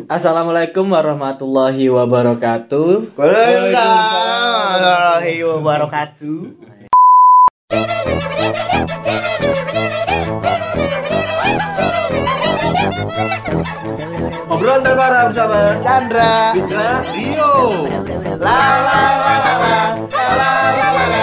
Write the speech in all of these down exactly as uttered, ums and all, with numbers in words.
Assalamualaikum warahmatullahi wabarakatuh. Waalaikumsalam warahmatullahi wabarakatuh. Obrolan terbaru bersama Chandra, Fitra, Rio. La la la la la la la la la.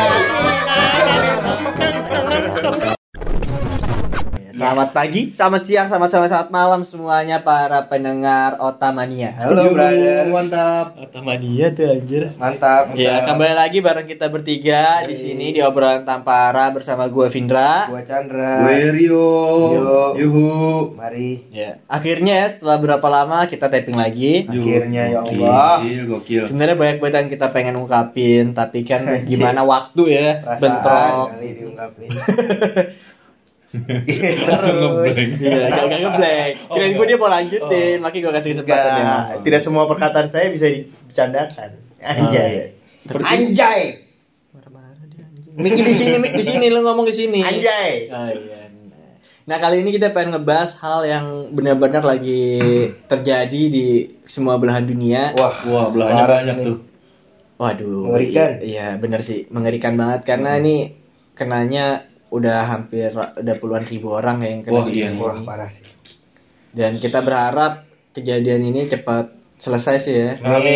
Selamat pagi, selamat siang, selamat sore, selamat malam semuanya para pendengar Otamania. Halo brother, mantap. Otamania tuh anjir. Mantap. Ya, kembali lagi bareng kita bertiga di sini di obrolan Tampara bersama gue Vindra. Gua Chandra. Gue Rio. Rio. Yuhu. Mari. Ya, akhirnya ya, setelah berapa lama kita taping lagi. Akhirnya ya Allah. Gokil, gokil. Sebenarnya banyak banget yang kita pengen ungkapin, tapi kan gimana waktu ya, Perasaan bentrok. kali diungkapin. Langsung ngeblank. Iya, gak gak ngeblank. Kirain gue dia mau lanjutin, makanya gue kasih kesempatan ya. Enggak, tidak semua perkataan saya bisa dibercandakan. Anjay. Seperti Anjay. marah-marah dia anjing. Mik di sini, mik di sini, lu ngomong di sini. Anjay. Oh, iya. Nah, kali ini kita pengen ngebahas hal yang benar-benar lagi terjadi di semua belahan dunia. Wah, Wah, belahnya parah banyak ini. tuh. Waduh. Mengerikan. Iya, bener sih, mengerikan banget karena ini kenanya udah hampir udah puluhan ribu orang ya yang kena Wah, di iya. dunia Wah, ini. parah sih. Dan kita berharap kejadian ini cepat selesai sih ya.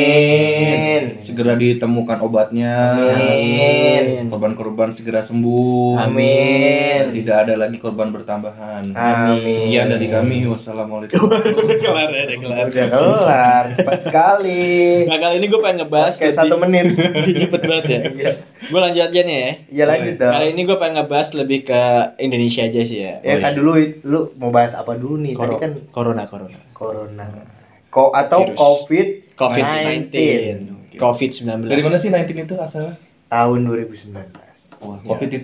Amin. Segera ditemukan obatnya. Amin. Korban-korban segera sembuh. Amin. Tidak ada lagi korban bertambahan. Amin. Sekian dari kami. Wassalamualaikum. Udah kelar ya, udah kelar. Udah kelar, cepat sekali. Nah, kali ini gue pengen ngebahas Kayak satu menit. cepet banget ya. Gue lanjut aja nih ya. Iya lanjut dong. Kali ini gue pengen ngebahas lebih ke Indonesia aja sih ya. Ya kan dulu lu mau bahas apa dulu nih? Tadi Koro- kan corona, corona. corona. Ko atau Virus. covid covid sembilan sembilan belas belas covid sembilan belas. Dari mana sih sembilan belas itu asalnya? tahun dua ribu sembilan belas. Wah, Covid itu?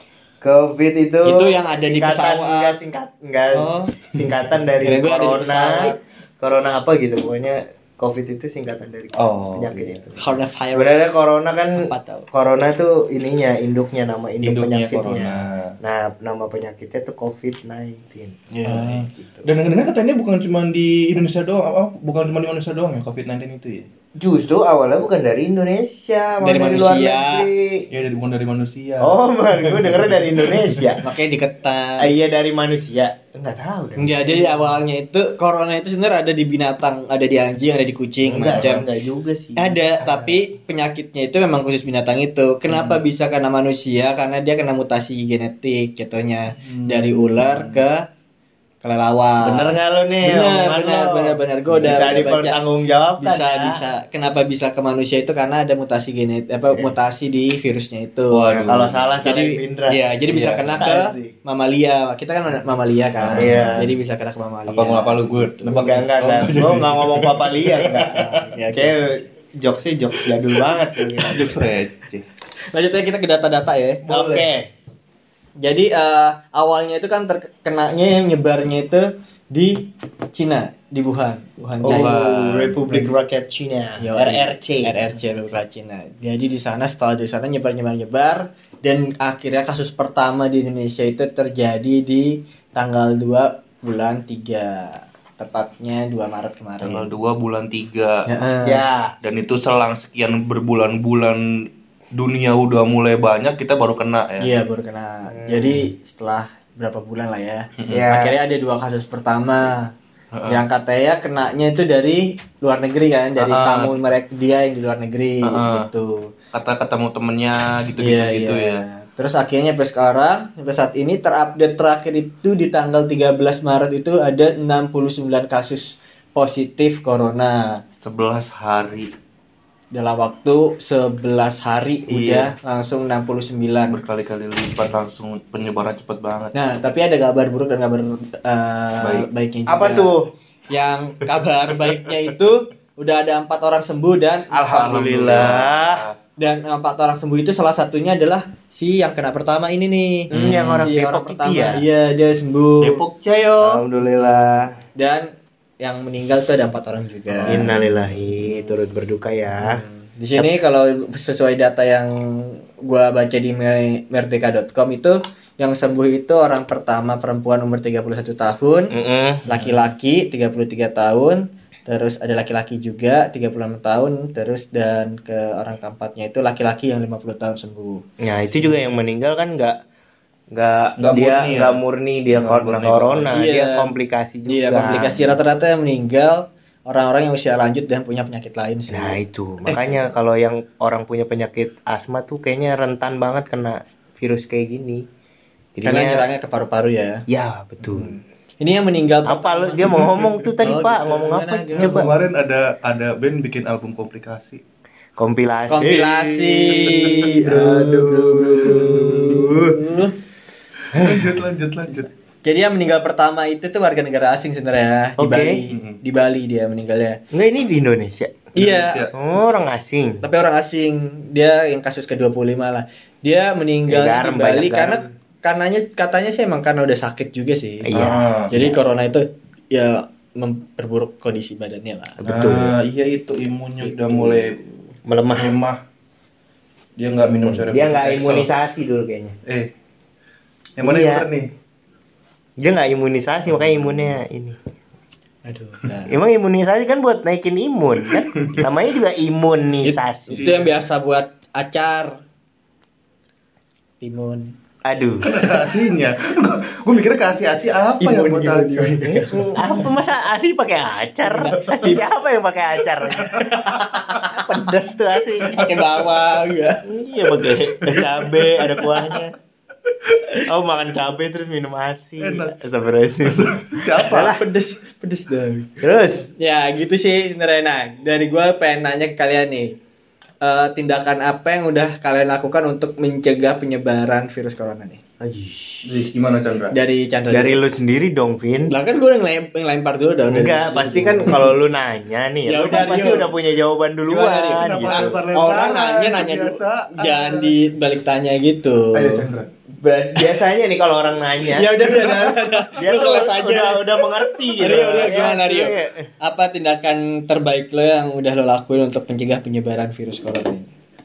Covid itu Itu yang ada di singkatan, pesawat. enggak singkat enggak Oh. singkatan dari Kira gua ada di corona. pesawat. Corona apa gitu pokoknya Covid itu singkatan dari Oh, penyakit iya. itu. Coronavirus. Sebenarnya corona kan Apa tahu? corona tuh ininya induknya nama induk Induknya penyakitnya. corona. Nah, nama penyakitnya tuh covid sembilan belas. Iya. Ah. Gitu. Dan dengar-dengar katanya bukan cuma di Indonesia doang, apa? Bukan cuma di Indonesia doang ya Covid sembilan belas itu ya? Justru awalnya bukan dari Indonesia, malah Dari dari luar manusia. negeri. Ya dari bukan dari manusia. Oh, baru gue dengernya dari Indonesia. Makanya diketan. Ah, iya dari manusia. Enggak tahu deh. Enggak, jadi awalnya itu corona itu sebenarnya ada di binatang, ada di anjing, ada di kucing, Enggak, macam. enggak juga sih. Ada, tapi penyakitnya itu memang khusus binatang itu. Kenapa Hmm. bisa kena manusia? Karena dia kena mutasi genetik, contohnya Hmm. dari ular ke kelelawar. Bener nggak lo nih? Bener, omongan bener, lo? bener, bener. Gue udah bisa udah baca. dipertanggungjawabkan. Bisa, ya. bisa. Kenapa bisa ke manusia itu? Karena ada mutasi genetik, apa Iya. mutasi di virusnya itu. Nah, Waduh. kalau salah jadi, jadi Indra. iya, jadi bisa Iya. kena ke Asik. mamalia. Kita kan mamalia kan. Iya. Jadi bisa kena ke mamalia. Apa ngapa lu gue? Enggak, enggak, enggak. Gue enggak ngomong papa liar, enggak. Ya, Kayak jokesnya jokes jadul banget tuh. Jokes receh. Lanjut aja kita ke data-data ya. Oke. Jadi eh, awalnya itu kan terkenanya yang nyebarnya itu di Cina, di Wuhan, Wuhan Oh, China. Republik Rakyat Cina, Yo, R R C. R R C Republik Cina. Jadi di sana setelah di sana nyebar nyebar nyebar dan akhirnya kasus pertama di Indonesia itu terjadi di tanggal dua bulan tiga, tepatnya dua Maret kemarin. Tanggal dua bulan tiga. Ya, eh. Ya. Dan itu selang sekian berbulan-bulan dunia udah mulai banyak, kita baru kena ya. Iya baru kena. Hmm. Jadi setelah berapa bulan lah ya. Ya. Akhirnya ada dua kasus pertama. Heeh. Yang katanya kenanya itu dari luar negeri kan, dari Uh-uh. tamu mereka dia yang di luar negeri Uh-uh. gitu. Kata ketemu temennya gitu-gitu Iya, gitu iya. ya. Terus akhirnya sampai sekarang, sampai saat ini terupdate terakhir itu di tanggal tiga belas Maret itu ada enam puluh sembilan kasus positif corona. sebelas hari Dalam waktu sebelas hari Iya. udah langsung enam puluh sembilan. berkali-kali lipat, langsung penyebaran cepet banget. Nah, tapi ada kabar buruk dan kabar uh, Baik. baiknya juga. Apa tuh? Yang kabar baiknya itu udah ada empat orang sembuh dan Alhamdulillah. dan empat orang sembuh itu salah satunya adalah si yang kena pertama ini nih. Hmm, yang orang si Depok orang itu pertama. ya? Iya, dia sembuh. Depok Jayo. Alhamdulillah. Dan yang meninggal tuh ada empat orang juga. Innalillahi, turut berduka ya. Hmm. Di sini kalau sesuai data yang gua baca di me- merdeka dot com itu yang sembuh itu orang pertama perempuan umur tiga puluh satu tahun, Mm-mm. laki-laki tiga puluh tiga tahun, Terus ada laki-laki juga tiga puluh enam tahun, terus dan ke orang keempatnya itu laki-laki yang lima puluh tahun sembuh. Nah, itu juga yang meninggal kan nggak nggak Nggak dia murni ya? nggak murni dia Nggak karena murni corona, Iya. dia komplikasi juga. Iya, komplikasi rata-rata yang meninggal orang-orang yang usia lanjut dan punya penyakit lain sih. Nah, itu. Makanya kalau yang orang punya penyakit asma tuh kayaknya rentan banget kena virus kayak gini. Karena Jadinya nyerangnya ke paru-paru ya. ya, betul. Ini yang meninggal Apa lu dia mau ngomong tuh tadi, Oh, Pak? gitu. Ngomong apa? Gimana, gimana? Coba. Kemarin ada ada band bikin album komplikasi. Kompilasi. kompilasi, bro, bro, bro, bro. Lanjut lanjut lanjut. Jadi yang meninggal pertama itu tuh warga negara asing sebenarnya di Oke. Bali. Mm-mm. Di Bali dia meninggalnya. Enggak, ini di Indonesia. Iya. Oh, orang asing. Tapi orang asing, dia yang kasus ke dua puluh lima lah. Dia meninggal Ya, garam, di Bali banyak karena garam. karenanya katanya sih emang karena udah sakit juga sih. Iya. Ah, Jadi corona itu ya memperburuk kondisi badannya lah. Betul. Nah, iya itu imunnya udah mulai Melemah. lemah. Dia nggak minum serum. Dia nggak imunisasi dulu kayaknya. Eh, yang mana Iya. yang bener nih? Dia nggak imunisasi, makanya imunnya ini. Aduh. Nah. Emang imunisasi kan buat naikin imun kan? Namanya juga imunisasi. Itu yang biasa buat acar. Timun. Aduh. Ada asinya. Gue mikirnya ke asi-asi apa yang Imun buat gitu, acar? imun. Apa masa asi pakai acar? Asi siapa yang pakai acar? Pedas tuh asi. Pakai bawang ya. Iya, pakai cabe, ada kuahnya. Oh, makan cabe terus minum asi. Enak. Astagfirullahaladzim. Siapa? Pedes, pedes dah. Terus, Ya gitu sih sebenarnya. Nah, dari gue pengen nanya ke kalian nih, eh, tindakan apa yang udah kalian lakukan untuk mencegah penyebaran virus corona nih? Jadi gimana Chandra? Dari Chandra. dari dulu. lu sendiri dong, Vin. Lah kan gue yang, lem- yang lempar dulu dong. dari Enggak, sini pasti dulu. kan kalau lu nanya nih, Ya lu udah, kan pasti Rio. udah punya jawaban Gimana, Rio? duluan Kenapa gitu. lempar-lempar? Orang nanya nanya dulu, Kebiasaan. jangan dibalik tanya gitu. Ayo Chandra. Ba- Biasanya nih kalau orang nanya, Ya udah udah udah. udah. dia Lu tuh kelas aja. udah udah mengerti gitu. Rio, Rio, Ya, gimana Rio? iya. Apa tindakan terbaik lo yang udah lo lakuin untuk mencegah penyebaran virus corona ini?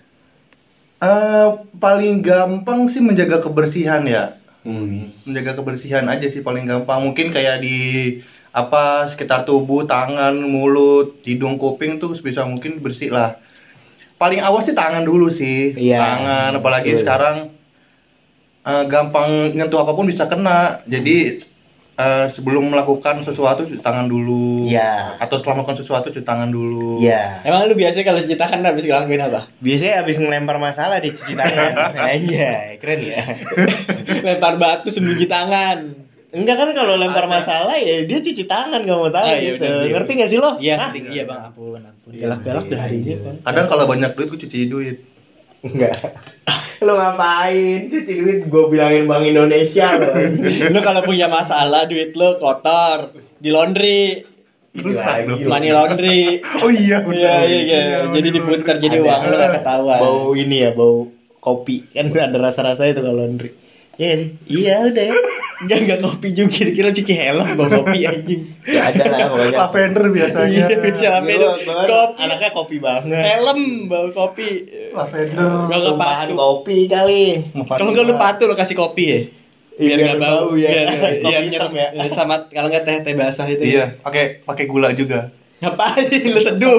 Eh, paling gampang sih menjaga kebersihan ya. Hmm. Menjaga kebersihan aja sih paling gampang. Mungkin kayak di apa sekitar tubuh, tangan, mulut, hidung, kuping tuh sebisa mungkin bersih lah. Paling awal sih tangan dulu sih. Iya. Tangan, apalagi Betul. sekarang eh, gampang nyentuh apapun bisa kena. Jadi eh, sebelum melakukan sesuatu cuci tangan dulu. Iya. Atau setelah melakukan sesuatu cuci tangan dulu. Iya. Emang lu biasanya kalau cuci tangan habis ngelakuin apa? Biasanya habis ngelempar masalah di cuci tangan. Anjay, keren ya. Lempar batu sembunyi tangan. Enggak kan kalau lempar Ada. masalah ya dia cuci tangan gak mau tahu Ah, iya, gitu. benar, iya. Ngerti gak sih lo? Iya, Hah? penting. Iya, Bang. Ampun, ampun. Iya, Galak-galak iya, dah hari ini, iya. Bang. Kadang kalau banyak duit gue cuci duit. Enggak. Lo ngapain? Cuci duit gue bilangin Bank Indonesia lo. Lu kalau punya masalah duit lu kotor, di laundry, Rusak dong. money laundry. Oh iya, bener. Iya, iya, iya. Jadi diputar jadi Ada. uang lu gak ketahuan. Bau ini ya, bau kopi. Kan ada rasa-rasa itu kalau laundry. Iya sih. Iya udah ya. Enggak enggak kopi juga, kira cuci helm bau kopi anjing. Ya ada lah pokoknya. Lavender biasanya. Iya, bisa lavender. Gua- gua kan Kopi. Anaknya kopi banget. Helm bau kopi. Lavender. Enggak enggak Tumpahan patu. kopi kali. Kalau enggak lu patu lu kasih kopi ya. Biar Iya, enggak bau ya. Biar Kopi biar hitam nyerap ya. ya. Sama kalau enggak teh teh basah itu. Iya, pakai pakai gula juga. Ngapain lu seduh?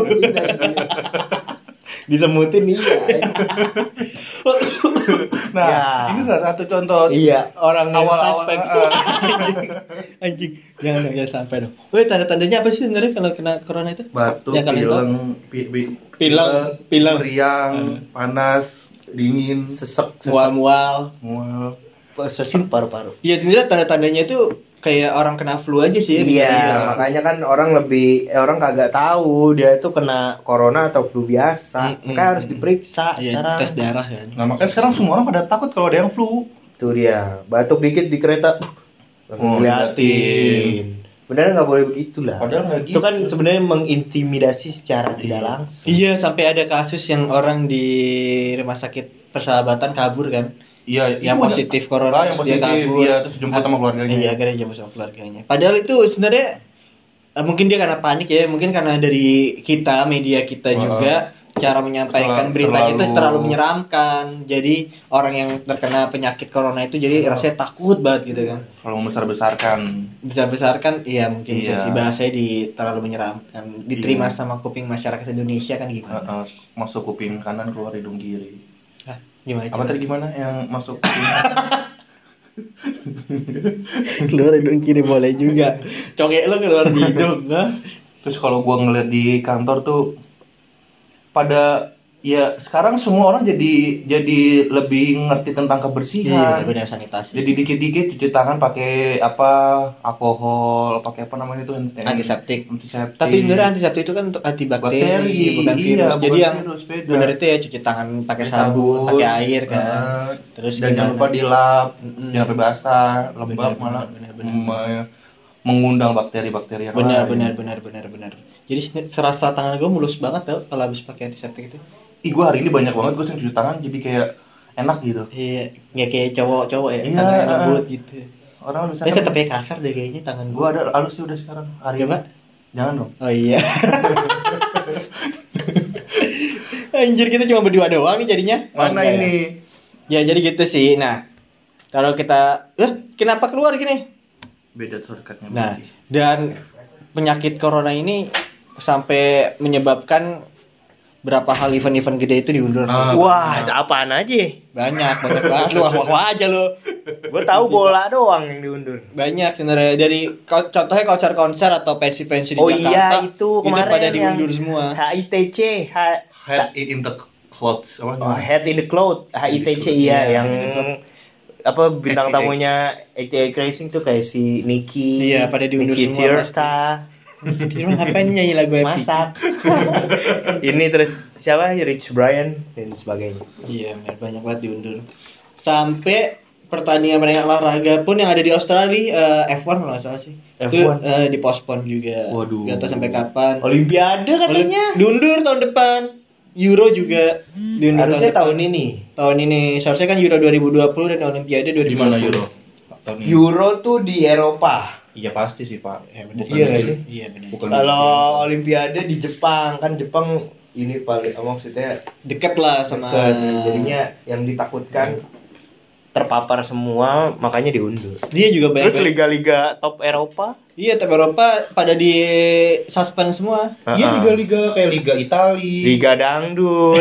Disemutin iya. Nah, Ya. ini salah satu contoh. Iya, orang yang Awal-awal, suspek. ah. Anjing, jangan dong, jangan sampai dong. Woi, tanda-tandanya apa sih sebenarnya kalau kena corona itu? Batuk, Ya, kalian pileng, pi- pi- Pileng, pileng. meriang, panas, dingin, Sesek, Mual-mual. mual. sesin paru-paru. Iya, sebenarnya tanda-tandanya itu kayak orang kena flu aja sih. Iya, makanya kan orang lebih eh, orang kagak tahu dia itu kena corona atau flu biasa. Mm-mm. Makanya harus diperiksa Iya, sekarang. tes darah kan. Nah, makanya sekarang semua orang pada takut kalau ada yang flu. Itu dia, batuk dikit di kereta langsung Oh, liatin. Benar nggak boleh begitu lah. Padahal nggak Itu gitu. kan sebenarnya mengintimidasi secara tidak langsung. Iya, sampai ada kasus yang orang di rumah sakit persahabatan kabur kan. Iya, Yang itu positif ada- corona Ah, yang terus dia positif, kabur. iya, terus jemput sama keluarganya. Iya, akhirnya jemput sama keluarganya. Padahal itu sebenarnya eh, mungkin dia karena panik ya, mungkin karena dari kita media kita Wah. juga cara menyampaikan Terlalu- beritanya itu terlalu- terlalu menyeramkan. Jadi orang yang terkena penyakit corona itu jadi rasanya takut banget gitu kan. Kalau membesar-besarkan. Besar-besarkan iya mungkin bisa Iya. sih bahasanya di terlalu menyeramkan. Diterima Iya. sama kuping masyarakat Indonesia kan gimana? Uh, uh, masuk kuping kanan keluar hidung kiri. Hah, gimana? Apa tadi gimana yang masuk? Keluar hidung kiri boleh juga. Congek lo keluar di hidung, nah. Terus kalau gua ngeliat di kantor tuh pada ya sekarang semua orang jadi jadi lebih ngerti tentang Iya, kebersihan. benar sanitasi. Jadi dikit-dikit cuci tangan pakai apa alkohol, pakai apa namanya itu yang- Antiseptik. antiseptik. Tapi sebenarnya antiseptik itu kan untuk antibakteri, Bakteri, bukan iya, virus. Jadi bukan yang virus, beda. benar itu ya cuci tangan pakai sabun, pakai air kan. uh, Terus dan jangan gimana? lupa dilap, Mm-mm. jangan sampai basah, lembab Benar, malah benar, benar, me- mengundang bakteri-bakteri yang Benar, lain. benar, benar, benar, benar. Jadi se- serasa tangan gue mulus banget tau kalau habis pakai antiseptik itu. Ih, gue hari ini banyak banget gue sering cuci tangan jadi kayak enak gitu. Iya, nggak kayak cowok-cowok ya, Iya, tangannya uh, lembut gitu. Orang bisa Tapi tetap kayak kasar deh kayaknya tangan gue gue. ada halus sih udah sekarang hari Coba. ini. Jangan dong. Oh iya. Anjir kita cuma berdua doang nih jadinya. Mana Oh, enggak ini? Ya? Ya jadi gitu sih. Nah, kalau kita, eh kenapa keluar gini? Beda shortcutnya. Nah, berarti. dan penyakit corona ini sampai menyebabkan berapa hal event-event gede itu diundur. Ah, Wah, apaan aja? Banyak, banyak banget. Lu wah-wah aja lu. Gue tahu bola doang yang diundur. Banyak sebenarnya dari ko- contohnya konser-konser atau pensi-pensi di Oh Jakarta. iya itu kemarin pada yang diundur semua. H I T C, H Head in the clothes apa oh, namanya? Head in the Cloud, H I T C Iya, iya yang Head in the apa bintang X T A. tamunya X T A Racing tuh kayak si Nicky, Iya, pada diundur Nicky semua Tirta, Kira ngapain nyanyi lagu Epic? masak. Ini terus siapa? Rich Brian dan sebagainya. Iya, benar banyak banget diundur. Sampai pertandingan pertandingan olahraga pun yang ada di Australia eh, F satu kalau nggak salah sih. Itu F satu. eh, dipospon juga. Waduh. Gak tahu sampai kapan. Olimpiade katanya. Diundur tahun depan. Euro juga diundur Harusnya depan. tahun ini. Tahun ini seharusnya kan Euro dua ribu dua puluh dan Olimpiade dua Di ribu dua puluh. mana Euro? Tahun ini. Euro tuh di Eropa. Iya pasti sih Pak. Ya, benar. Iya nggak sih? Iya benar. Bukan Kalau Olimpiade di Jepang kan Jepang ini paling maksudnya Dekat lah sama dekat. Jadinya yang ditakutkan terpapar semua makanya diundur. dia juga banyak. Terus liga-liga top Eropa? Iya, tapi Eropa pada di suspend semua. Iya Uh-uh. liga-liga kayak Liga Italia. Liga dangdut.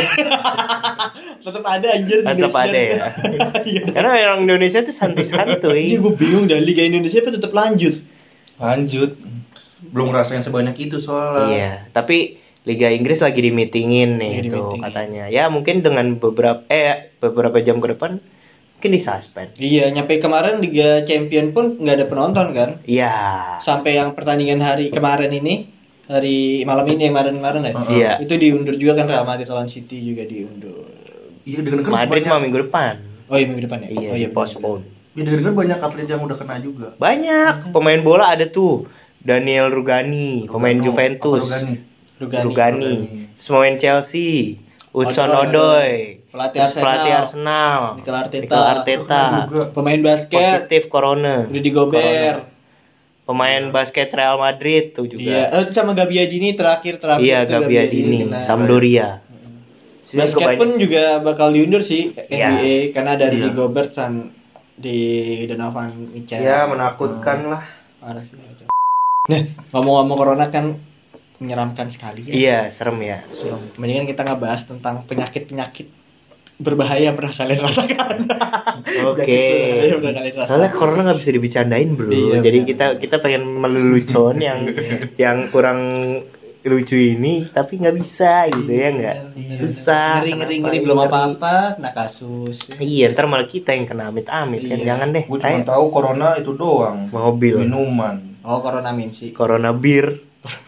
Tetap ada anjir. di Tetap Indonesia. ada ya. Iya. Karena orang Indonesia tuh Iya, santuy-santuy. gue bingung dah Liga Indonesia apa tetap lanjut. Lanjut. Belum ngerasain sebanyak itu soalnya. Iya, tapi Liga Inggris lagi di meetingin nih Iya, di tuh meetingin. katanya. Ya mungkin dengan beberapa eh beberapa jam ke depan mungkin disuspend. Iya, nyampe kemarin Liga Champion pun nggak ada penonton kan. Iya. Sampai yang pertandingan hari kemarin ini, hari malam ini yang kemarin-kemarin ya. Iya. Itu diundur juga kan, Real Madrid lawan City juga diundur. Iya dengan Madrid mah minggu depan. Oh iya minggu depan ya. Iya, oh iya postpone. Ya dengan banyak atlet yang udah kena juga. Banyak pemain bola ada tuh. Daniel Rugani, pemain Rugano, Juventus. apa Rugani? Rugani. Rugani. Rugani. Pemain Chelsea. Hudson Odoi. Odoi. Pelatih Terus Arsenal. pelatih Arsenal. Mikel Arteta. Mikel Arteta. Juga. Pemain basket, Positif corona. Rudy Gobert. Pemain basket Real Madrid tuh juga. Iya, eh, sama Gabbiadini terakhir terakhir. Iya, tuh Gabbiadini, kena. Sampdoria. Sini Basket kebanyakan- pun juga bakal diundur sih N B A Iya. karena ada Rudy Iya. Gobert san di Donovan Mitchell. Ya menakutkan lah. Parah sih. kacau. Nah, ngomong-ngomong corona kan menyeramkan sekali ya. Iya, serem ya. Serem. Mendingan kita ngebahas tentang penyakit-penyakit berbahaya yang pernah kalian rasakan. Oke. Penyakit berbahaya yang pernah kalian rasakan. Soalnya corona nggak bisa dibicarain bro. Iya, Jadi benar. kita kita pengen melelucon yang yang kurang lucu ini, tapi nggak bisa gitu ya nggak. Iya, Susah. ngeri ngeri Kenapa ngeri ngeri? belum apa-apa kena kasus. Iya, ntar malah kita yang kena amit-amit kan. Iya. Jangan deh. Gue cuma Kayak tahu corona itu doang. mobil. Minuman. Oh, corona minsi. Corona bir.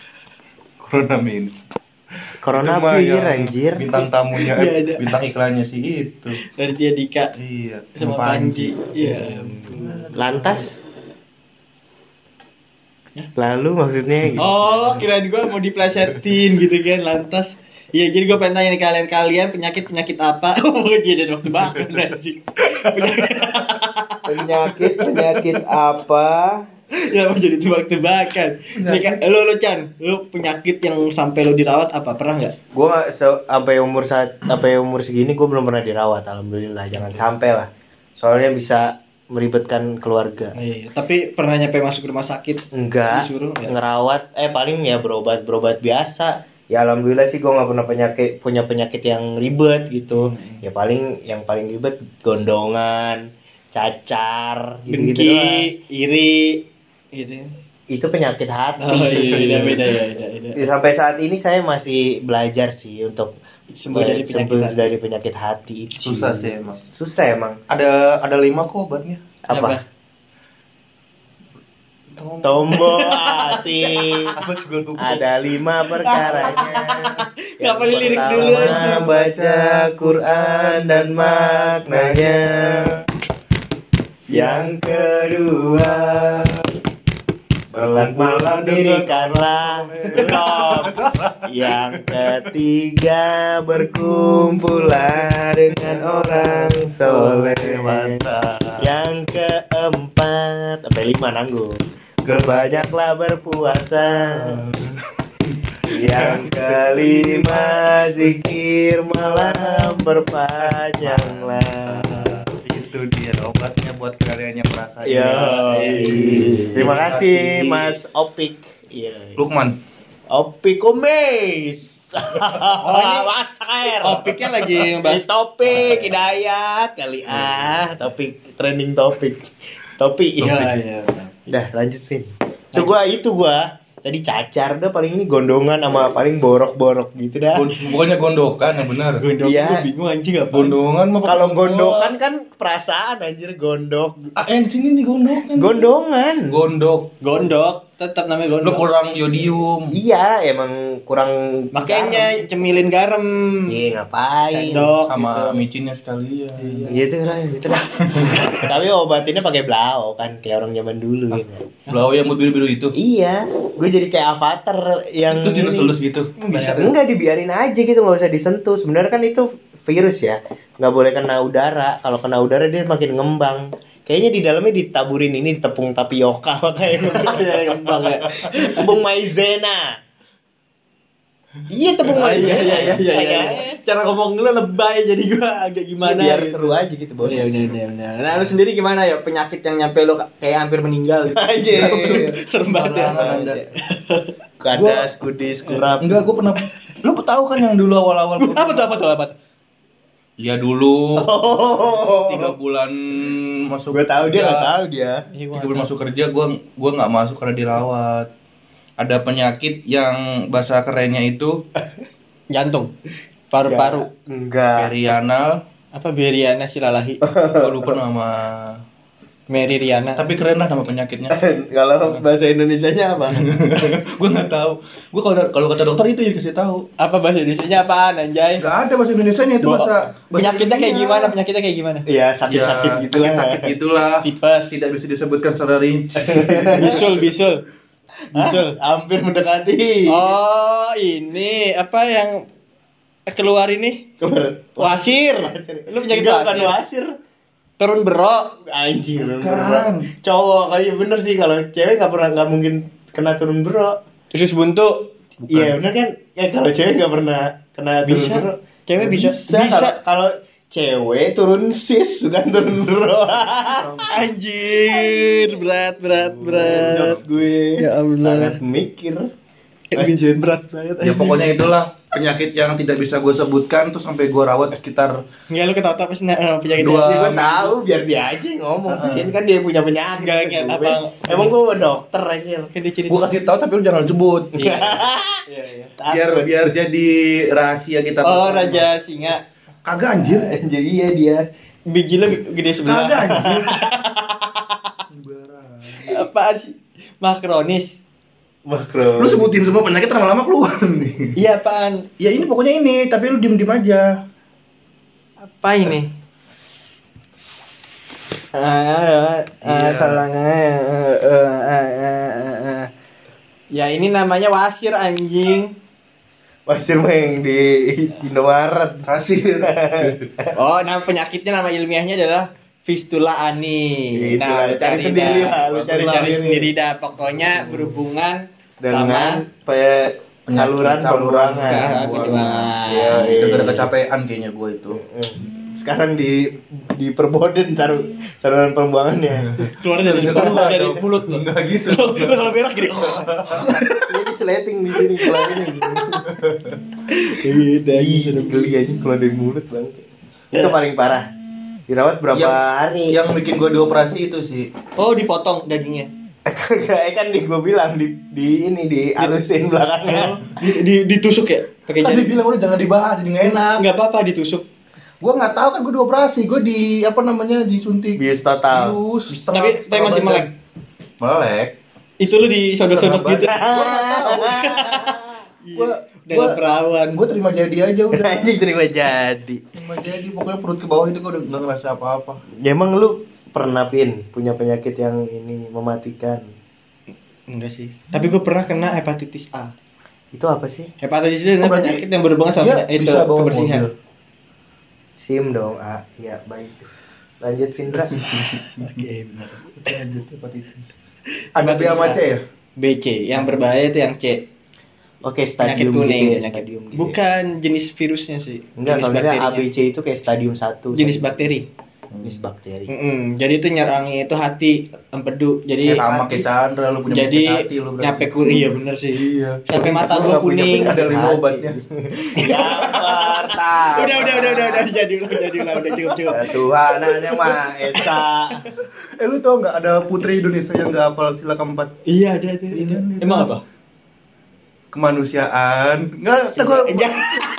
Corona min. Corona Itu mah bir yang anjir. Bintang tamunya, Iya, eh, ada. bintang iklannya sih itu. Dari dia Dika Iya. sama Panji. Iya. Lantas. Lalu maksudnya gitu. Oh, kirain gue mau diplesetin gitu kan, lantas. Iya, jadi gue pengen tanya nih kalian-kalian penyakit-penyakit apa? Oh, jadi ada waktu banget anjing. Penyakit- Penyakit penyakit apa Ya mau jadi tebak-tebakan. Nih kan, lo lo Chan, lo penyakit yang sampai lo dirawat apa? Pernah nggak? Gue sampai umur saat sampai umur segini gue belum pernah dirawat, alhamdulillah. Jangan sampai lah. Soalnya bisa meribetkan keluarga. Iya, tapi pernah nyampe masuk rumah sakit? Enggak, Disuruh ya? ngerawat. Eh paling ya berobat berobat biasa. Ya alhamdulillah sih gue nggak pernah penyakit punya penyakit yang ribet gitu. Hmm. Ya paling yang paling ribet gondongan, cacar, Dengki, gitu-gitu. iri, gitu. Itu penyakit hati. Oh iya, beda beda ya, beda beda. Ya, sampai saat ini saya masih belajar sih untuk Sembuh dari eh, penyakit sembuh hati. dari penyakit hati itu. Susah sih emang. Susah emang. Ada ada lima kok obatnya. Apa? Tombol hati. Apa sih gue lupa. Ada lima perkaranya. Nggak boleh lirik dulu aja. Pertama, baca Quran dan maknanya. Yang kedua, Malam malam dirikanlah belum. Yang ketiga, berkumpullah dengan orang soleh. Yang keempat, sampai lima nanggung, berbanyaklah berpuasa. Yang kelima, zikir malam berpanjanglah. Itu dia obatnya buat kalian yang merasa. Ya, Iya. terima kasih Mas Opik. Iya. Lukman. Opik Kumis. Oh, ini Mas Air. Opiknya lagi Di ngebahas topik Hidayat kali ah, topik trending topik. Topik ini. Iya, iya. Udah lanjut Vin. Itu gua itu gua tadi cacar udah paling ini gondongan sama paling borok-borok gitu dah. Gon- Bukannya gondokan yang benar. Gondok Iya. gua bingung anjing apa? Gondongan mah Kalau gondokan kan perasaan anjir gondok. Ah, yang di sini nih gondokan. Gondongan. Gondok. Gondok, tetap namanya Lu gondok. kurang yodium. Iya, emang kurang Makanya cemilin garam. Iya, ngapain? Sendok Sama gitu. micinnya sekalian. Gitu lah, gitu lah. Tapi obatinnya pakai blau kan, kayak orang zaman dulu gitu. Blau yang biru-biru itu. Iya, gue jadi kayak avatar yang Terus dilus-lus gitu. Bisa enggak dibiarin aja gitu, nggak usah disentuh. Sebenarnya kan itu virus ya, nggak boleh kena udara. Kalau kena udara dia makin ngembang. Kayaknya di dalamnya ditaburin ini tepung tapioka makanya ngembang ya. Tepung maizena. Iya tepung Oh, maizena. iya, iya, iya, iya, iya. Kayak- Cara ngomong lu lebay jadi gua agak gimana biar gitu. seru aja gitu bos. Iya, benar benar benar. Nah, lu sendiri gimana ya penyakit yang nyampe lu kayak hampir meninggal gitu. Aja. Serem banget ya. Ada. Kadas, kudis, kurap. Enggak, gue pernah. Lu tahu kan yang dulu awal-awal. Apa tuh apa tuh apa tuh? Ya dulu Oh. tiga bulan masuk. Gue tahu dia kerja. nggak tahu dia. Tiga bulan masuk kerja, gue gue nggak masuk karena dirawat. Ada penyakit yang bahasa kerennya itu Jantung. Paru-paru. Enggak. perianal. Apa Beriana Silalahi? Gue lupa nama. Mary Riana. Tapi keren lah nama penyakitnya. Kalau bahasa Indonesianya apa? Gue nggak tahu. Gue kalau kalau kata dokter itu yang kasih tahu. Apa bahasa Indonesianya apaan anjay? Nggak ada bahasa Indonesianya itu bahasa. bahasa Penyakitnya kayak ilmiah. gimana? Penyakitnya kayak gimana? Iya, sakit-sakit Ya, gitu lah. sakit gitulah. Tipes. Tidak bisa disebutkan secara rinci. Bisul, bisul. Bisul. Hampir mendekati. Oh, ini apa yang keluar ini? Wasir. Lu penyakit Enggak, bukan wasir. wasir. Turun berok. Anjing, turun Bukan. berok. Cowok kali bener sih, kalau cewek nggak pernah nggak mungkin kena turun berok. Usus buntu. Iya bener kan? Ya kalau cewek nggak pernah kena turun Bisa. berok. Cewek bisa. Bisa. Kalau kalau cewek turun sis bukan turun berok. Anjir, berat, berat, berat. Jokes gue. Ya Allah. Sangat mikir. Anjir, berat banget. Ya pokoknya itulah penyakit yang tidak bisa gue sebutkan tuh sampai gue rawat sekitar Enggak lu ketawa apa sih nah, penyakit Dua- Ya, gue tahu biar dia aja yang ngomong. Ini kan dia punya penyakit. Enggak, enggak, Gue. apa- Emang gue dokter aja. Kan dia ciri. gue kasih tahu tapi lu jangan sebut. Iya. Iya, iya. Biar biar jadi rahasia kita. Oh, bersama. Raja Singa. Kagak anjir. Jadi iya dia. Biji lu gede sebelah. Kagak anjir. Apaan sih? Makronis. Makro. Lu sebutin semua penyakit lama-lama keluar nih. Iya, apaan? Ya ini pokoknya ini, tapi lu diem-diem aja. Apa ini? Ah, ah, Iya. salahnya. eh, eh, eh, eh, eh. Ya ini namanya wasir anjing. Pasir mah yang di Indomaret. Kasir. Oh, nama penyakitnya nama ilmiahnya adalah fistula ani. Itu Nah, lah, lu cari sendiri dah. lah, lu cari Lu cari sendiri. sendiri dah. Pokoknya berhubungan dengan sama pe- saluran saluran pembuangan. ke- penyuangan. Iya, iya. Gara-gara kecapean kayaknya gue itu. Sekarang di diperboden taruh saluran pembuangannya. keluar dari Enggak, dari dong. mulut lu. Enggak gitu. Lu kalau berak gini. Ini sleting di sini keluarnya. Iya, Ih, geli aja keluar dari mulut bang. Itu paling parah. Dirawat berapa Yang- hari? Yang bikin gue dioperasi itu sih. Oh, dipotong dagingnya. Kagak, kan di gue bilang di di ini di alusin belakangnya. Di, di, ditusuk ya? Pakai Kan jari. dia bilang udah jangan dibahas, jadi nggak enak. Enggak apa-apa ditusuk. Gue nggak tahu kan gue dioperasi, gue di apa namanya disuntik. Bius total. Bius, setengah- Tapi tapi setengah masih badan. melek. Melek. Itu lu disodok-sodok Setengah gitu. badan. Gue Dalam perawan. gue terima jadi aja udah. Anjing terima jadi. Terima jadi pokoknya perut ke bawah itu gue udah nggak ngerasa apa-apa. Ya, emang lu pernah Pin punya penyakit yang ini mematikan? Enggak sih. Tapi gue pernah kena hepatitis A. Itu apa sih? Hepatitis itu Oh, berarti penyakit yang berhubungan sama dia itu bisa bawa kebersihan. mobil. SIM dong, ah, ya baik. Lanjut Vindra. Oke, benar. Lanjut hepatitis. Ada B sama C ya? B C, yang berbahaya itu yang C. Oke, Penyakit stadium kuning, gitu ya, penyakit. stadium gitu. Bukan jenis virusnya sih. Enggak, jenis kalau misalnya A B bakterinya. C itu kayak stadium satu. Jenis bakteri. Jenis bakteri. Mm-mm. Jadi itu nyerangnya itu hati, empedu. Jadi Ya, sama kayak Chandra lu punya jadi penyakit hati lu berarti. nyampe kuning, iya bener sih. Iya. Sampai mata Lu gua nggak punya kuning. penyakit, ada lima Hati. obatnya. Ya, pertama. Udah, udah, udah, udah, udah, jadi ulang, jadi ulang, udah cukup, cukup. Ya, Tuhan yang Maha Esa. Eh lu tau nggak ada putri Indonesia yang nggak hafal sila keempat Iya, ada, ada. ada. Emang apa? kemanusiaan? Nggak, gue Enggak.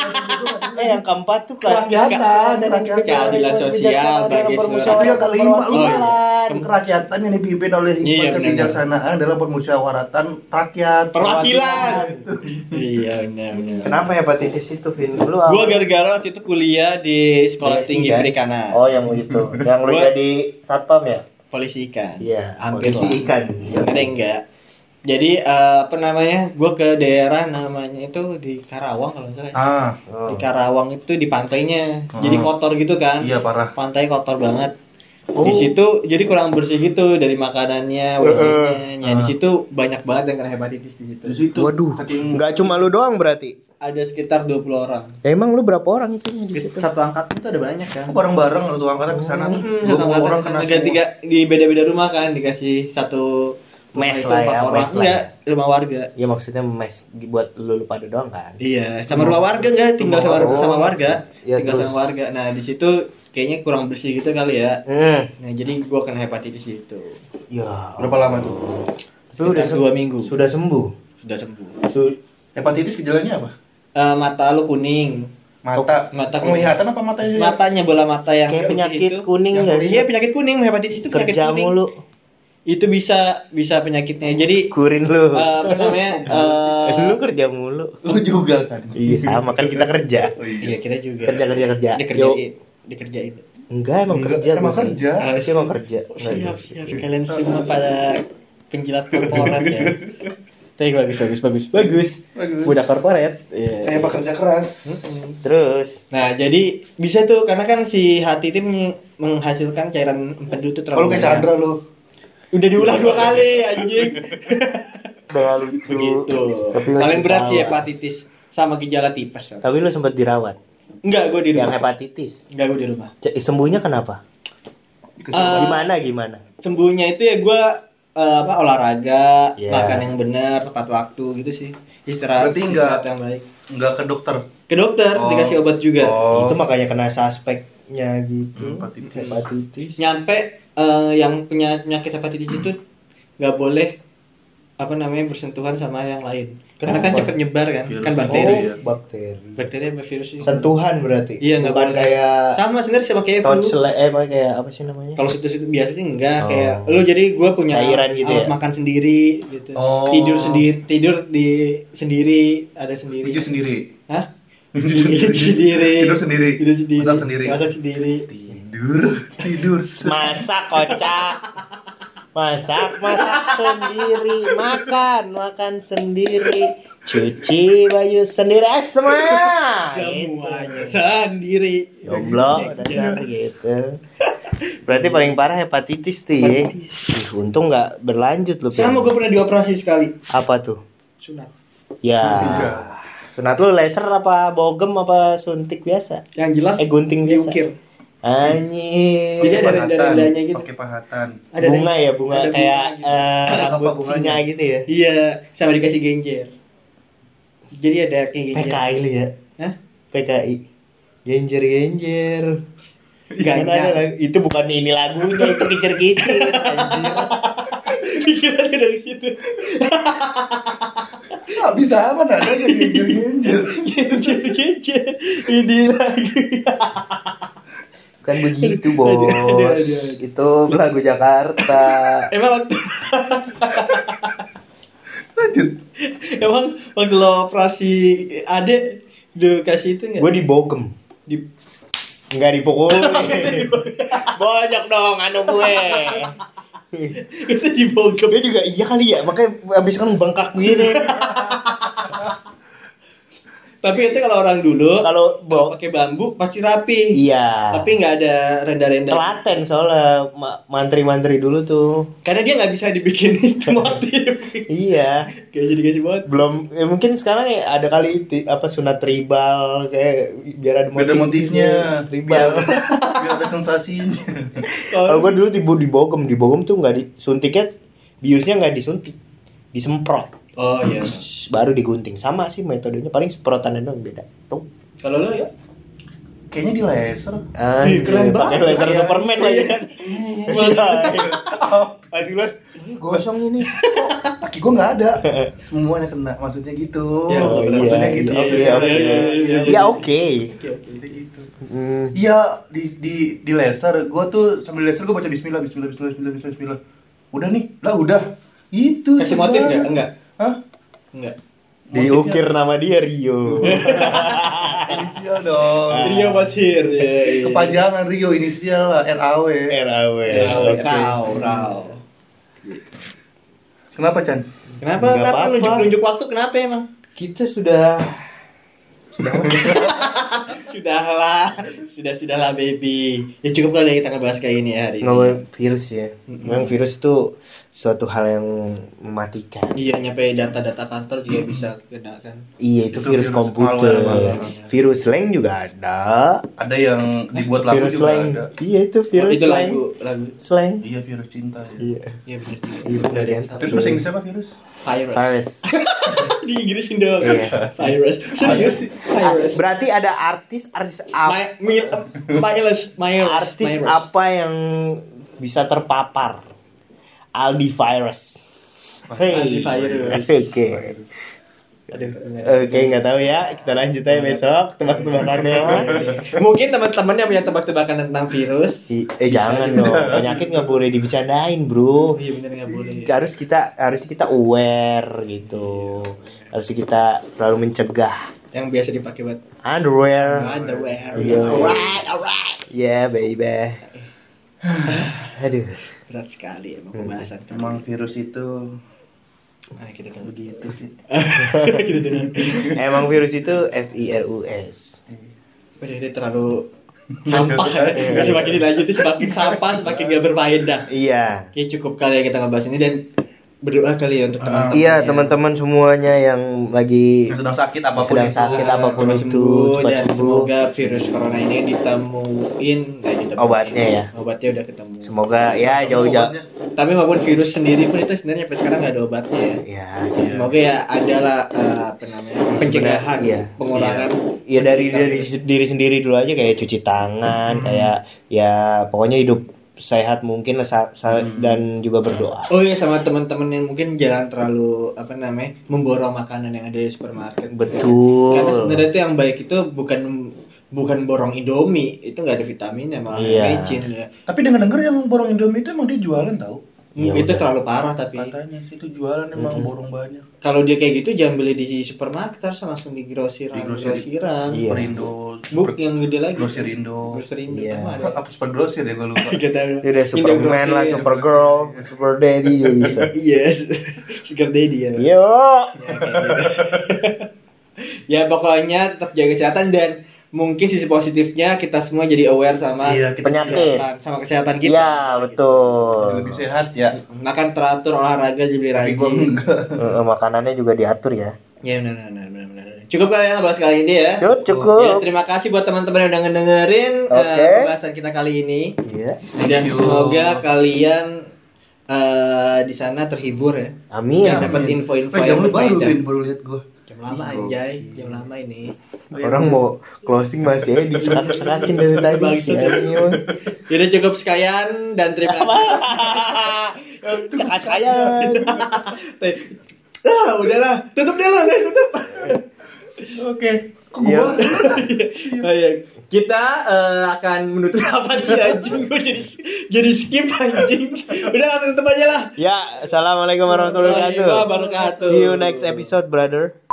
Eh, yang keempat tuh Kerakyatan, kerakyatan. Keadilan sosial bagi seluruh Itu yang kelima lu. Oh, iya. Kerakyatan yang dipimpin oleh Iya, hikmat benar. kebijaksanaan dalam permusyawaratan rakyat. Perwakilan. Iya, benar, benar. Kenapa hepatitis itu, Vin? Lu Gua apa? gara-gara waktu itu kuliah di sekolah B S I, tinggi kan? perikanan. Oh, yang itu. Yang lu Gua- jadi satpam ya? Polisi ikan. Iya, hampir polisi lah. ikan. Ada enggak? Jadi eh, apa namanya? Gua ke daerah namanya itu di Karawang kalau nggak salah. Ah, Oh. Di Karawang itu di pantainya. Hmm. Jadi kotor gitu kan. iya parah. Pantai kotor banget. Oh. Di situ jadi kurang bersih gitu dari makanannya, W C-nya. Ya, di Ah. situ banyak banget yang kena hepatitis di situ. Di situ. Waduh, Saking nggak cuma lu doang berarti? Ada sekitar dua puluh orang. Ya, emang lu berapa orang itu di situ? Satu angkatan itu ada banyak kan. bareng-bareng lu tuh angkatan ke sana. Hmm, Dua satu puluh angkatan orang kena tiga, tiga di beda-beda rumah kan dikasih satu Mes rumah lah itu ya, empat orang. mes lah Enggak, rumah warga. Ya maksudnya mes buat lu, lu pada doang kan? Iya, sama rumah warga enggak tinggal sama Oh. sama warga. Iya, tinggal terus? sama warga. Nah, di situ kayaknya kurang bersih gitu kali ya. Hmm. Nah, jadi gua kena hepatitis itu. Ya. Berapa lama tuh? Lu udah Sekitar sem- dua minggu. Sudah sembuh. Sudah sembuh. Su- Hepatitis gejalanya apa? Eh, mata lu kuning. Mata. Mata penglihatan apa matanya? Matanya bola mata yang Kayak putih penyakit itu. kuning yang nggak Iya, sih? penyakit kuning, hepatitis itu penyakit Kerja kuning. mulu. Itu bisa bisa penyakitnya. Jadi Kurin lu. eh, apa namanya? eh, Lu kerja mulu. Lu juga kan. Iya, sama kan kita kerja. Oh, iya, kita juga. Kerja kerja kerja. Yo. Dikerjain. Dikerjain. Enggak, emang Enggak, kerja. emang gua sih. kerja. Harusnya emang kerja. Oh, Nggak, siap, iya. siap. Kalian semua pada penjilat korporat ya. Tapi bagus, bagus, bagus, bagus. Bagus. Budak korporat. Iya. Saya bekerja keras. Mm-mm. Terus Nah, jadi bisa tuh karena kan si hati itu menye- menghasilkan cairan empedu itu Kalau terlalu kayak banyak. Chandra lu. Udah diulang dua kali anjing. udah lucu. Begitu. Tapi lu Paling berat sih ketawa. hepatitis sama gejala tipes. Tapi lu sempat dirawat. Enggak, gue di Yang rumah. hepatitis. Enggak, gue di rumah. C- Sembuhnya kenapa? Eh, Gimana gimana? Sembuhnya itu ya gue apa olahraga, Iya. makan yang benar, tepat waktu gitu sih. Istirahat, Berarti enggak- istirahat yang baik. Enggak ke dokter. Ke dokter, Oh. dikasih obat juga. Oh. Itu makanya kena suspeknya gitu. Hmm, hepatitis. Hepatitis. Nyampe eh, yang punya penyakit hepatitis itu nggak boleh apa namanya bersentuhan sama yang lain. Karena kan Kenapa? cepet nyebar kan, Virus. kan Oh, bakteri. ya. bakteri. Bakteri apa virus ini? Sentuhan berarti. Iya, nggak Bukan boleh. kayak Sama sebenarnya sama kayak flu. touch eh apa kayak apa sih namanya? Kalau situ-situ biasa sih enggak Oh. kayak lu jadi gue punya Cairan gitu alat ya? makan sendiri gitu. Oh. Tidur sendiri, tidur di sendiri, ada sendiri. Tidur sendiri. Hah? Tidur sendiri. Tidur sendiri. Tidur sendiri. Masak sendiri. Masak sendiri. Tidur, tidur. Masak kocak. Masak, masak sendiri, makan, makan sendiri, cuci baju sendiri, eh, semua. Semuanya sendiri. Jomblo, dasar gitu. Berarti paling parah hepatitis tuh ya. Ih, untung nggak berlanjut lu. Sama gue pernah dioperasi sekali. Apa tuh? Sunat. Ya. Sunat lu laser apa bogem apa suntik biasa? Yang jelas Eh gunting biasa. diukir. Anjir. Jadi ada renda-rendanya gitu. Pakai pahatan. Ada Bunga ya, bunga ada kayak bunga gitu. eh, Ada rambut apa bunganya? singa gitu ya. Iya, sama dikasih genjer. Jadi ada kayak P genjer. K I lu ya. Hah? P K I. Genjer genjer. Kan Ganjar. ada lagu- itu bukan ini lagunya, itu kicer-kicer. Anjir. Pikirannya dari situ. Ah, bisa apa ada genjer-genjer. Genjer-genjer. Ini lagi. Bukan begitu, Bos. Aduh, aduh, aduh. Itu lagu Jakarta. Emang waktu Lanjut. emang waktu lo operasi adek dikasih itu nggak? Gue dibogem. Di Enggak dipukulin. Bonyok dong anu gue. itu dibogem. Gue juga iya kali ya, makanya abis kan bengkak begini. Tapi itu kalau orang dulu Kalau kalau bo pakai bambu pasti rapi. iya. Tapi nggak ada renda-renda. Telaten soalnya ma- mantri-mantri dulu tuh. Karena dia nggak bisa dibikin itu motif. Iya. Kayak jadi kasih buat. Belum ya mungkin sekarang ya ada kali itu apa sunat tribal kayak biar ada Beda motifnya. tribal. Biar ada sensasinya. Kalau gue dulu di dibogem, dibogem tuh nggak disuntiknya, biusnya nggak disuntik, disemprot. Oh iya. Baru digunting. Sama sih metodenya, paling semprotannya doang beda. Tuh. Kalau lo ya? Kayaknya di laser. Ah, Ih, keren pakai banget. laser Iya. Superman lagi kan. Aduh lah. Ini gosong ini. Kaki gue nggak ada. Semuanya kena. Maksudnya gitu. Ya, Oh, iya. Maksudnya gitu. Oke, Iya, oke. iya, iya, iya. Ya oke. Maksudnya gitu. Hmm. Iya di di di laser. Gue tuh sambil laser gue baca Bismillah, Bismillah, Bismillah, Bismillah, Bismillah, Bismillah. Udah nih, lah udah. Itu. Kasih motif nggak? Enggak. Hah? Enggak. Diukir nama dia Rio. Inisial dong. Ah. Rio Basir. Ya, ya. Kepanjangan Rio inisial lah, R A W. R A W. Rau, Oke. rau, rau. Kenapa Chan? Kenapa? Nggak Kenapa apa-apa. nunjuk-nunjuk waktu? Kenapa emang? Kita sudah Sudahlah, sudah sudahlah baby. Ya cukup kali ya kita ngebahas kayak ini ya hari ini. ngomongin virus ya. Memang virus itu suatu hal yang mematikan. Iya, nyampe data-data kantor juga bisa kena kan. Iya, itu, Itu virus, virus komputer. malware. Virus slang juga ada. Ada yang dibuat lagu Virus juga slang. ada. Iya, itu Oh, virus itu slang. lagu, lagu. Slang. Iya virus cinta ya. Iya. Iya benar. Iya, Benar benar. yang satu. Terus bahasa Inggris apa virus? Virus. Virus. Di Inggrisin doang. Iya. Virus. Serius sih. Virus. Berarti ada artis artis apa? My, mil, Miles, Miles, Artis Miles. apa yang bisa terpapar? Aldi virus. Aldi virus. Oke. Aduh. Oke, nggak tahu ya. Kita lanjut aja besok tebak-tebakannya. Mungkin teman-teman yang punya tebak-tebakan tentang virus. I- Eh jangan dong. Penyakit nggak boleh dibicarain, Oh bro. iya benar nggak boleh. Harus kita harus kita aware gitu. Harus kita selalu mencegah. Yang biasa dipakai buat Underwear. underwear. Iya. Alright, alright. Yeah, baby. Aduh. Berat sekali emang pembahasan. Emang virus itu Nah, kita tunggu begitu sih. kita tunggu. Emang virus itu V I R U S. Udah ini terlalu sampah. Ya. Semakin dilanjutin semakin sampah, semakin gak berfaedah. Iya. Oke, cukup kali ya kita ngebahas ini dan berdoa kali ya untuk teman-teman. Iya, ya. teman-teman semuanya yang lagi Yang sedang sakit apapun sedang itu. sakit apapun Cepat itu, sembuh cepat dan sembuh. semoga virus corona ini ditemuin nggak ditemuin. Obatnya ya. Obatnya udah ketemu. Semoga ya jauh-jauh. Tapi maupun virus sendiri pun itu sebenarnya sampai sekarang nggak ada obatnya ya. Ya, Semoga ya adalah eh, apa namanya pencegahan, Iya. pengurangan. ya dari dari diri sendiri dulu aja kayak cuci tangan, kayak ya pokoknya hidup sehat mungkin lah sa- sa- dan juga berdoa. Oh iya sama teman-teman yang mungkin jangan terlalu apa namanya memborong makanan yang ada di supermarket. Betul. Karena sebenarnya itu yang baik itu bukan bukan borong Indomie, itu nggak ada vitaminnya malah Iya. mecin ya. Tapi dengar-dengar yang borong Indomie itu emang dia jualan tau. Ya itu udah. terlalu parah tapi Katanya sih itu jualan emang borong banyak. kalau dia kayak gitu jangan beli di supermarket, harus langsung di grosiran. Di grosir- grosiran. Iya. Perindo, Buk yang gede lagi. Grosir Indo. Grosir Indo Iya. sama ada. Apa super grosir ya gue lupa. Kita Dia udah Superman lah, Grosir. Supergirl, Super Daddy juga bisa. Yes. Sugar daddy ya. Yo. Ya, kayak gitu. Ya pokoknya tetap jaga kesehatan dan mungkin sisi positifnya kita semua jadi aware sama Iya, kita Penyakit. kesehatan, sama kesehatan kita. Iya, betul. lebih sehat ya. Makan teratur, olahraga jadi Tapi gua rajin. enggak. Eh, makanannya juga diatur ya. Ya benar benar benar benar. Cukup kali ya bahas kali ini ya. Yuk, cukup. Ya, terima kasih buat teman-teman yang udah ngedengerin Oke. eh, pembahasan kita kali ini. Iya. Dan you. semoga kalian eh, di sana terhibur ya. Amin. Dan dapat info-info Eh, yang jam baru berfaedah. Vin, baru lihat gua. Jam lama anjay, jam lama ini. Orang mau closing masih ya disekat-sekatin dari tadi Bagus. sih. anjing emang. Jadi cukup sekian dan terima kasih. Cekas kalian. Ah, udahlah, tutup deh lo, guys, tutup. Oke. Kok Iya. gua? Oh, iya. Kita eh, akan menutup apa sih anjing? Gue jadi jadi skip anjing. Udah langsung tutup aja lah. Ya, assalamualaikum warahmatullahi wabarakatuh. Warahmatullahi wabarakatuh. See you next episode, brother.